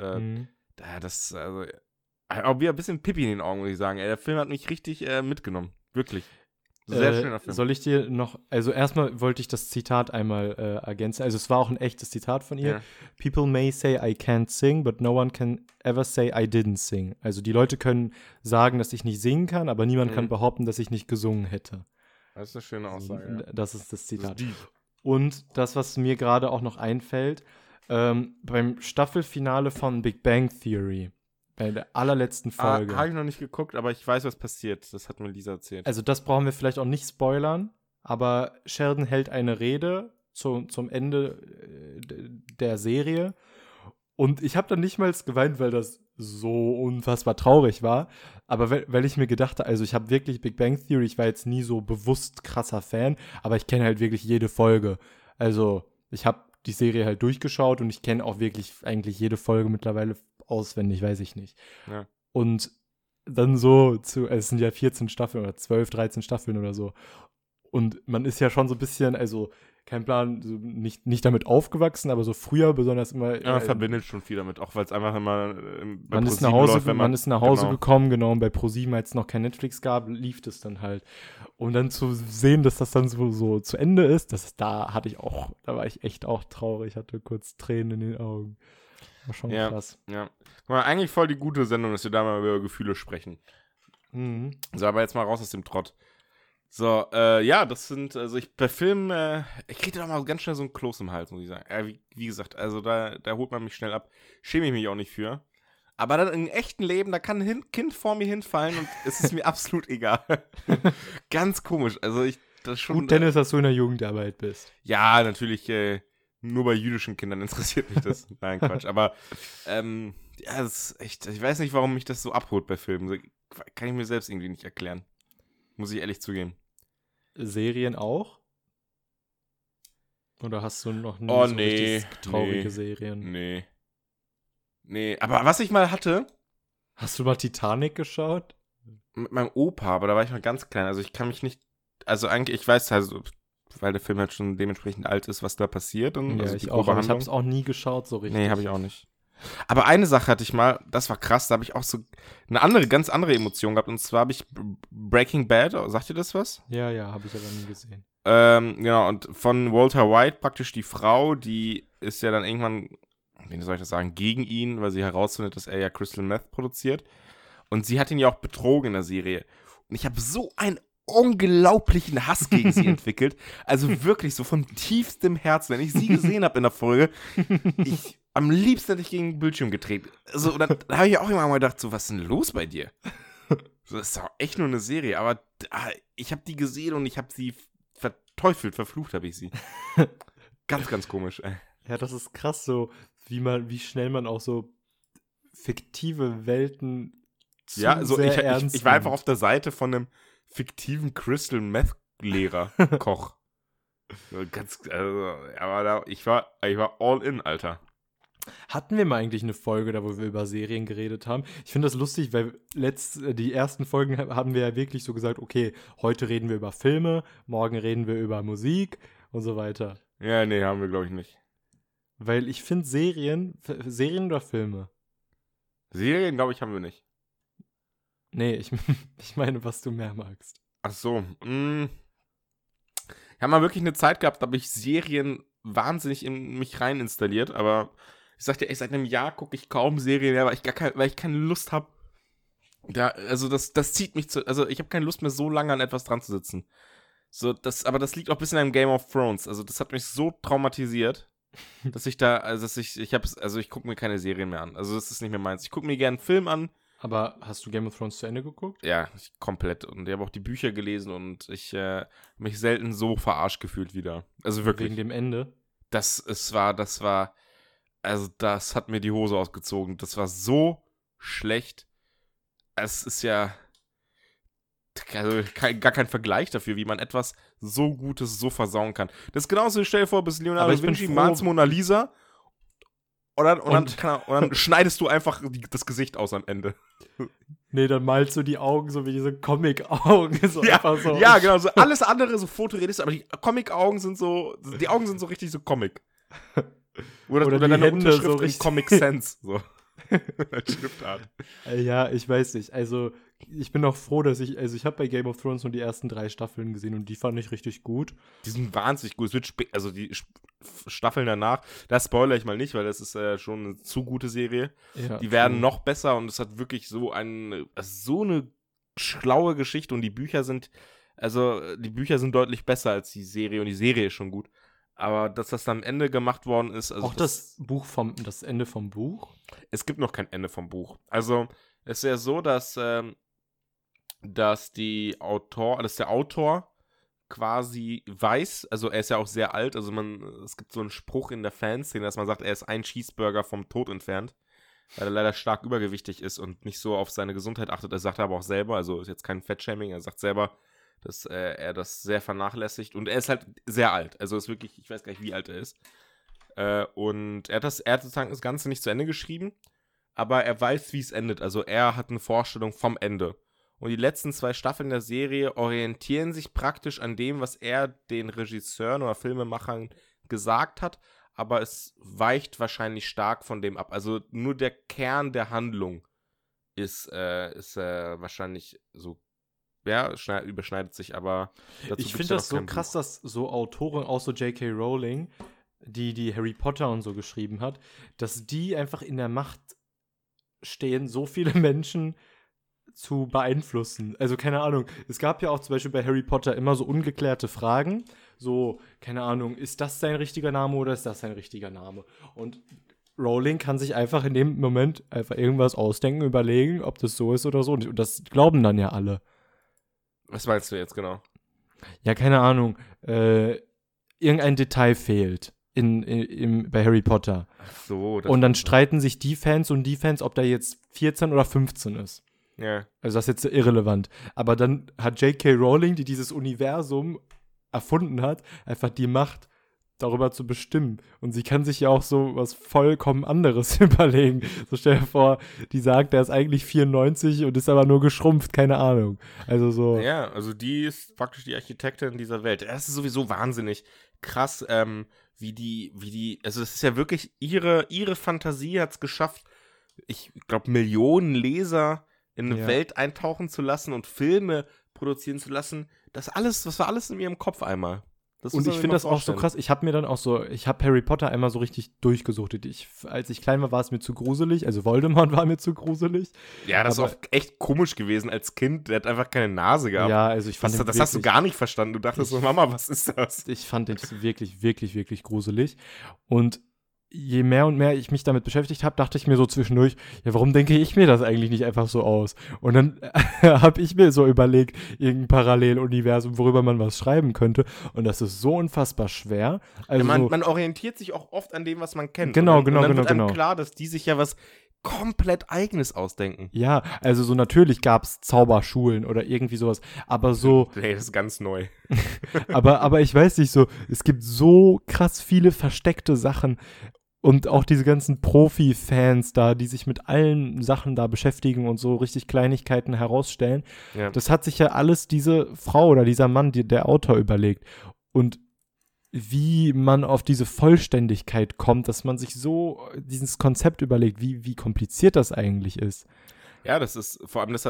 auch wieder ein bisschen Pipi in den Augen, muss ich sagen. Der Film hat mich richtig mitgenommen. Wirklich. Sehr schöner Film. Soll ich dir noch, also erstmal wollte ich das Zitat einmal ergänzen. Also es war auch ein echtes Zitat von ihr. Ja. People may say I can't sing, but no one can ever say I didn't sing. Also die Leute können sagen, dass ich nicht singen kann, aber niemand kann behaupten, dass ich nicht gesungen hätte. Das ist eine schöne Aussage. Das ist das Zitat. Das ist Und das, was mir gerade auch noch einfällt, beim Staffelfinale von Big Bang Theory, bei der allerletzten Folge. Habe ich noch nicht geguckt, aber ich weiß, was passiert. Das hat mir Lisa erzählt. Also das brauchen wir vielleicht auch nicht spoilern, aber Sheldon hält eine Rede zum Ende der Serie und ich habe dann nicht mal geweint, weil das so unfassbar traurig war, aber weil ich mir gedacht habe, also ich habe wirklich Big Bang Theory, ich war jetzt nie so bewusst krasser Fan, aber ich kenne halt wirklich jede Folge. Also ich habe die Serie halt durchgeschaut und ich kenne auch wirklich eigentlich jede Folge mittlerweile auswendig, weiß ich nicht. Ja. Und dann so es sind ja 14 Staffeln oder 12, 13 Staffeln oder so. Und man ist ja schon so ein bisschen, also kein Plan, so nicht damit aufgewachsen, aber so früher besonders immer. Ja, man verbindet schon viel damit, auch weil es einfach immer man ist nach Hause gekommen, genau, und bei ProSieben, als es noch kein Netflix gab, lief das dann halt. Und dann zu sehen, dass das dann so zu Ende ist, da war ich echt auch traurig, hatte kurz Tränen in den Augen. War schon krass. Ja. War eigentlich voll die gute Sendung, dass wir da mal über Gefühle sprechen. Mhm. So, aber jetzt mal raus aus dem Trott. So, das sind, also bei Filmen, ich kriege doch mal ganz schnell so ein Kloß im Hals, muss ich sagen. Wie gesagt, also da holt man mich schnell ab. Schäme ich mich auch nicht für. Aber dann im echten Leben, da kann ein Kind vor mir hinfallen und es ist mir absolut egal. Ganz komisch. Also das schon. Gut, Dennis, dass du in der Jugendarbeit bist. Ja, natürlich, nur bei jüdischen Kindern interessiert mich das. Nein, Quatsch. Aber, das ist echt, ich weiß nicht, warum mich das so abholt bei Filmen. Kann ich mir selbst irgendwie nicht erklären. Muss ich ehrlich zugeben. Serien auch? Oder hast du noch nie richtig traurige Serien? Nee, aber was ich mal hatte. Hast du mal Titanic geschaut? Mit meinem Opa, aber da war ich noch ganz klein. Also ich kann mich nicht, also eigentlich, ich weiß also, weil der Film halt schon dementsprechend alt ist, was da passiert. Und ja, also ich auch, aber ich habe es auch nie geschaut so richtig. Nee, habe ich auch nicht. Aber eine Sache hatte ich mal, das war krass, da habe ich auch so eine ganz andere Emotion gehabt. Und zwar habe ich Breaking Bad, sagt ihr das was? Ja, habe ich aber nie gesehen. Genau, und von Walter White praktisch die Frau, die ist ja dann irgendwann, wie soll ich das sagen, gegen ihn, weil sie herausfindet, dass er ja Crystal Meth produziert. Und sie hat ihn ja auch betrogen in der Serie. Und ich habe so einen unglaublichen Hass gegen sie entwickelt. Also wirklich so von tiefstem Herzen. Wenn ich sie gesehen habe in der Folge, am liebsten hätte ich gegen den Bildschirm getreten. Also, da habe ich auch immer mal gedacht, so, was ist denn los bei dir? So, das ist doch echt nur eine Serie, aber ich habe die gesehen und ich habe sie verteufelt, verflucht habe ich sie. Ganz, ganz komisch, ey. Ja, das ist krass so, wie schnell man auch so fiktive Welten ja, also ich war einfach auf der Seite von einem fiktiven Crystal Meth Lehrer, Koch. So aber ich war all in, Alter. Hatten wir mal eigentlich eine Folge, da wo wir über Serien geredet haben? Ich finde das lustig, weil die ersten Folgen haben wir ja wirklich so gesagt, okay, heute reden wir über Filme, morgen reden wir über Musik und so weiter. Ja, nee, haben wir, glaube ich, nicht. Weil ich finde Serien oder Filme? Serien, glaube ich, haben wir nicht. Nee, ich meine, was du mehr magst. Ach so, Ich habe mal wirklich eine Zeit gehabt, da habe ich Serien wahnsinnig in mich rein installiert, aber ich sag dir, ey, seit einem Jahr gucke ich kaum Serien mehr, weil ich keine Lust habe. Also das zieht mich also ich habe keine Lust mehr, so lange an etwas dran zu sitzen. So, aber das liegt auch ein bisschen an Game of Thrones. Also das hat mich so traumatisiert, dass ich ich gucke mir keine Serien mehr an. Also das ist nicht mehr meins. Ich gucke mir gerne einen Film an. Aber hast du Game of Thrones zu Ende geguckt? Ja, komplett. Und ich habe auch die Bücher gelesen und ich mich selten so verarscht gefühlt wieder. Also wirklich. Wegen dem Ende? Das war Also das hat mir die Hose ausgezogen. Das war so schlecht. Es ist ja also gar kein Vergleich dafür, wie man etwas so Gutes so versauen kann. Das ist genauso, stell dir vor, bis Leonardo da Vinci malst Mona Lisa und dann schneidest du einfach das Gesicht aus am Ende. Nee, dann malst du die Augen so wie diese Comic-Augen. So ja, so. Ja, genau. So alles andere so fotorealistisch, aber die Comic-Augen sind so, die Augen sind so richtig so Comic. Oder die deine Hände Unterschrift so in richtig. Comic Sans. So. Als Schriftart. Ja, ich weiß nicht. Also, ich bin auch froh, dass ich habe bei Game of Thrones nur die ersten 3 Staffeln gesehen und die fand ich richtig gut. Die sind wahnsinnig gut. Es wird also die Staffeln danach, das spoilere ich mal nicht, weil das ist schon eine zu gute Serie. Ja, die werden noch besser und es hat wirklich so eine schlaue Geschichte und die Bücher sind deutlich besser als die Serie und die Serie ist schon gut. Aber dass das dann am Ende gemacht worden ist. Also auch das Ende vom Buch? Es gibt noch kein Ende vom Buch. Also, es ist ja so, dass der Autor quasi weiß, also er ist ja auch sehr alt, also es gibt so einen Spruch in der Fanszene, dass man sagt, er ist ein Cheeseburger vom Tod entfernt, weil er leider stark übergewichtig ist und nicht so auf seine Gesundheit achtet. Er sagt aber auch selber, also ist jetzt kein Fettshaming, er sagt selber, dass er das sehr vernachlässigt und er ist halt sehr alt, also ist wirklich, ich weiß gar nicht, wie alt er ist. Und er hat sozusagen das Ganze nicht zu Ende geschrieben, aber er weiß, wie es endet, also er hat eine Vorstellung vom Ende. Und die letzten 2 Staffeln der Serie orientieren sich praktisch an dem, was er den Regisseuren oder Filmemachern gesagt hat, aber es weicht wahrscheinlich stark von dem ab. Also nur der Kern der Handlung ist wahrscheinlich so, ja, überschneidet sich, aber dazu ich finde das so krass, dass so Autoren, auch so J.K. Rowling, die Harry Potter und so geschrieben hat, dass die einfach in der Macht stehen, so viele Menschen zu beeinflussen. Also, keine Ahnung, es gab ja auch zum Beispiel bei Harry Potter immer so ungeklärte Fragen, so, keine Ahnung, ist das sein richtiger Name oder ist das sein richtiger Name? Und Rowling kann sich einfach in dem Moment einfach irgendwas ausdenken, überlegen, ob das so ist oder so. Und das glauben dann ja alle. Was meinst du jetzt genau? Ja, keine Ahnung, irgendein Detail fehlt bei Harry Potter. Ach so. Und dann streiten sich die Fans, ob der jetzt 14 oder 15 ist. Ja. Also das ist jetzt irrelevant. Aber dann hat J.K. Rowling, die dieses Universum erfunden hat, einfach die Macht, darüber zu bestimmen. Und sie kann sich ja auch so was vollkommen anderes überlegen. So stell dir vor, die sagt, der ist eigentlich 94 und ist aber nur geschrumpft, keine Ahnung. Also so. Ja, also die ist praktisch die Architektin dieser Welt. Das ist sowieso wahnsinnig krass, also es ist ja wirklich ihre Fantasie hat es geschafft, ich glaube, Millionen Leser in eine Welt eintauchen zu lassen und Filme produzieren zu lassen. Das war alles in ihrem Kopf einmal. Und ich finde das auch so krass. Ich habe Harry Potter einmal so richtig durchgesuchtet. Als ich klein war es mir zu gruselig. Also Voldemort war mir zu gruselig. Ja, das ist auch echt komisch gewesen als Kind. Der hat einfach keine Nase gehabt. Ja, also ich fand das hast du gar nicht verstanden. Du dachtest so, Mama, was ist das? Ich fand den wirklich, wirklich, wirklich gruselig. Und je mehr und mehr ich mich damit beschäftigt habe, dachte ich mir so zwischendurch, ja, warum denke ich mir das eigentlich nicht einfach so aus? Und dann habe ich mir so überlegt, irgendein Paralleluniversum, worüber man was schreiben könnte. Und das ist so unfassbar schwer. Also ja, man orientiert sich auch oft an dem, was man kennt. Genau. Und dann wird einem klar, dass die sich ja was komplett Eigenes ausdenken. Ja, also so natürlich gab es Zauberschulen oder irgendwie sowas, aber so. Nee, das ist ganz neu. aber ich weiß nicht so, es gibt so krass viele versteckte Sachen. Und auch diese ganzen Profi-Fans da, die sich mit allen Sachen da beschäftigen und so richtig Kleinigkeiten herausstellen. Ja. Das hat sich ja alles diese Frau oder dieser Mann, der Autor, überlegt. Und wie man auf diese Vollständigkeit kommt, dass man sich so dieses Konzept überlegt, wie kompliziert das eigentlich ist. Ja, das ist vor allem,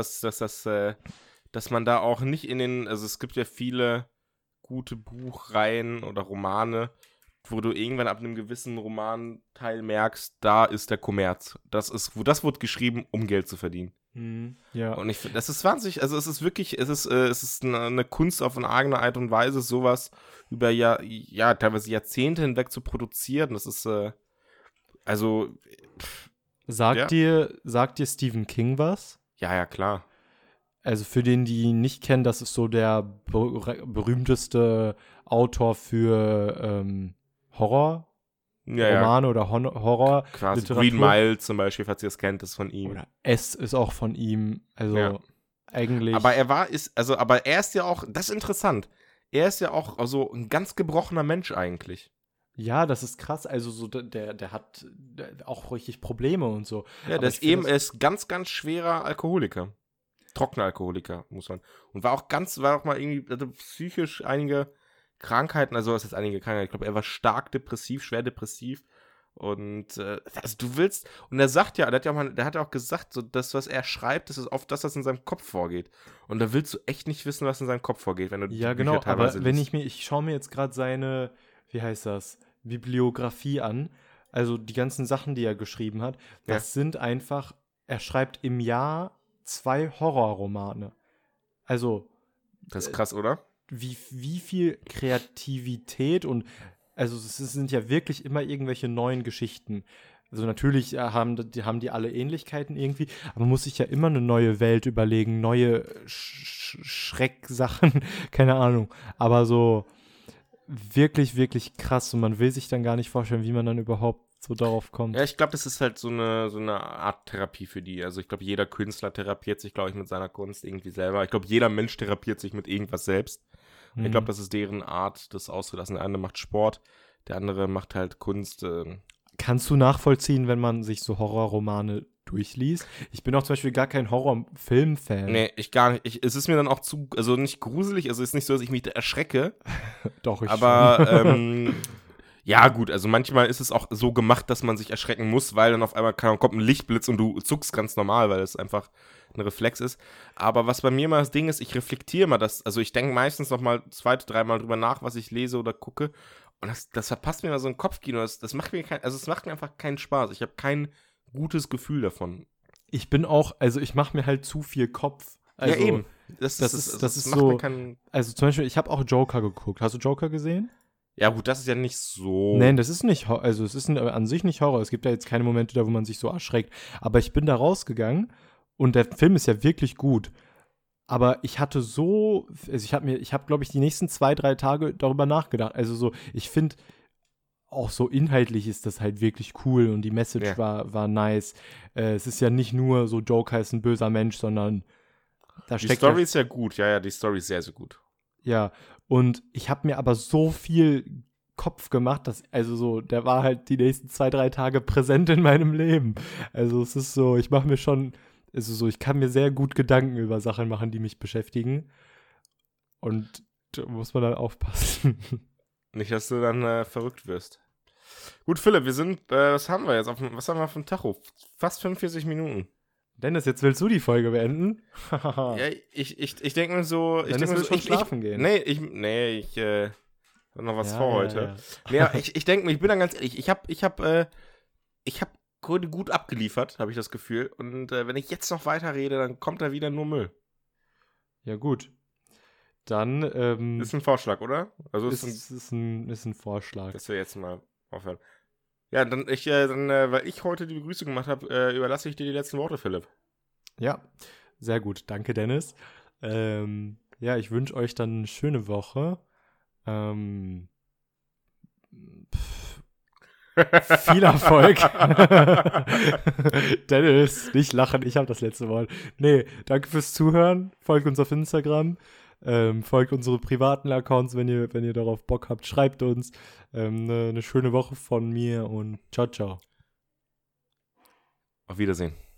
dass man da auch nicht also es gibt ja viele gute Buchreihen oder Romane, wo du irgendwann ab einem gewissen Romanteil merkst, da ist der Kommerz. Das wird geschrieben, um Geld zu verdienen. Ja. Und ich finde, das ist wahnsinnig, also es ist eine Kunst auf eine eigene Art und Weise, sowas über teilweise Jahrzehnte hinweg zu produzieren. Das ist, Sagt dir Stephen King was? Ja, klar. Also für den, die ihn nicht kennen, das ist so der berühmteste Autor für Horror. Romane oder Horror. Quasi Green Mile zum Beispiel, falls ihr das kennt, ist von ihm. Oder S ist auch von ihm. Also eigentlich. Aber er ist ja auch, das ist interessant. Er ist ja auch so ein ganz gebrochener Mensch eigentlich. Ja, das ist krass. Also so der hat auch richtig Probleme und so. Ja, er ist ganz, ganz schwerer Alkoholiker. Trockener Alkoholiker, muss man. Und war auch mal irgendwie, also psychisch einige Krankheiten, also was jetzt einige Krankheiten, ich glaube, er war stark depressiv, schwer depressiv. Und also du willst, und er sagt ja, der hat ja auch gesagt, so das, was er schreibt, das ist oft das, was in seinem Kopf vorgeht. Und da willst du echt nicht wissen, was in seinem Kopf vorgeht, wenn du ja, die genau, Bücher teilweise aber liest. ich schaue mir jetzt gerade seine, wie heißt das, Bibliografie an, also die ganzen Sachen, die er geschrieben hat, das sind einfach, er schreibt im Jahr 2 Horrorromane. Also Das ist krass, oder? wie viel Kreativität und also es sind ja wirklich immer irgendwelche neuen Geschichten. Also natürlich haben die alle Ähnlichkeiten irgendwie, aber man muss sich ja immer eine neue Welt überlegen, neue Schrecksachen, keine Ahnung. Aber so wirklich, wirklich krass und man will sich dann gar nicht vorstellen, wie man dann überhaupt so darauf kommt. Ja, ich glaube, das ist halt so eine Art Therapie für die. Also ich glaube, jeder Künstler therapiert sich, glaube ich, mit seiner Kunst irgendwie selber. Ich glaube, jeder Mensch therapiert sich mit irgendwas selbst. Und ich glaube, das ist deren Art, das auszulassen. Der eine macht Sport, der andere macht halt Kunst. Kannst du nachvollziehen, wenn man sich so Horrorromane durchliest? Ich bin auch zum Beispiel gar kein Horrorfilm-Fan. Nee, ich gar nicht. Es ist mir dann auch also nicht gruselig, also es ist nicht so, dass ich mich da erschrecke. Doch, aber ja, gut, also manchmal ist es auch so gemacht, dass man sich erschrecken muss, weil dann auf einmal kommt ein Lichtblitz und du zuckst ganz normal, weil es einfach ein Reflex ist. Aber was bei mir immer das Ding ist, ich reflektiere mal das, also ich denke meistens noch mal 2, 3 Mal drüber nach, was ich lese oder gucke. Und das verpasst mir mal so ein Kopfkino. Das macht mir es macht mir einfach keinen Spaß. Ich habe kein gutes Gefühl davon. Ich bin auch, also ich mache mir halt zu viel Kopf. Also, ja, eben. Das ist macht so, mir keinen. Also zum Beispiel, ich habe auch Joker geguckt. Hast du Joker gesehen? Ja gut, das ist ja nicht so. Nein, das ist nicht, also es ist an sich nicht Horror. Es gibt ja jetzt keine Momente da, wo man sich so erschreckt. Aber ich bin da rausgegangen und der Film ist ja wirklich gut. Aber ich hatte also ich habe, glaube ich, die nächsten 2, 3 Tage darüber nachgedacht. Also so, ich finde, auch so inhaltlich ist das halt wirklich cool und die Message war nice. Es ist ja nicht nur so, Joker ist ein böser Mensch, sondern da steckt die Story ist ja gut. Ja, die Story ist sehr, sehr gut. Ja, und ich habe mir aber so viel Kopf gemacht, dass, also so, der war halt die nächsten 2, 3 Tage präsent in meinem Leben. Also es ist so, ich mache mir schon, also so, ich kann mir sehr gut Gedanken über Sachen machen, die mich beschäftigen. Und da muss man dann aufpassen. Nicht, dass du dann verrückt wirst. Gut, Philipp, wir sind, was haben wir jetzt? Was haben wir auf dem Tacho? Fast 45 Minuten. Dennis, jetzt willst du die Folge beenden? Ja, ich denke mir so. Dennis will schon schlafen gehen. Nee, ich habe noch was vor heute. Ja. Nee, ich denke mir, ich bin dann ganz ehrlich, ich hab heute gut abgeliefert, habe ich das Gefühl. Und wenn ich jetzt noch weiter rede, dann kommt da wieder nur Müll. Ja, gut. Dann, ist ein Vorschlag, oder? Also ist ein Vorschlag. Dass wir jetzt mal aufhören. Ja, weil ich heute die Begrüßung gemacht habe, überlasse ich dir die letzten Worte, Philipp. Ja, sehr gut. Danke, Dennis. Ja, ich wünsche euch dann eine schöne Woche. Viel Erfolg. Dennis, nicht lachen, ich habe das letzte Wort. Nee, danke fürs Zuhören. Folgt uns auf Instagram. Folgt unsere privaten Accounts, wenn ihr darauf Bock habt. Schreibt uns. Eine schöne Woche von mir und ciao, ciao. Auf Wiedersehen.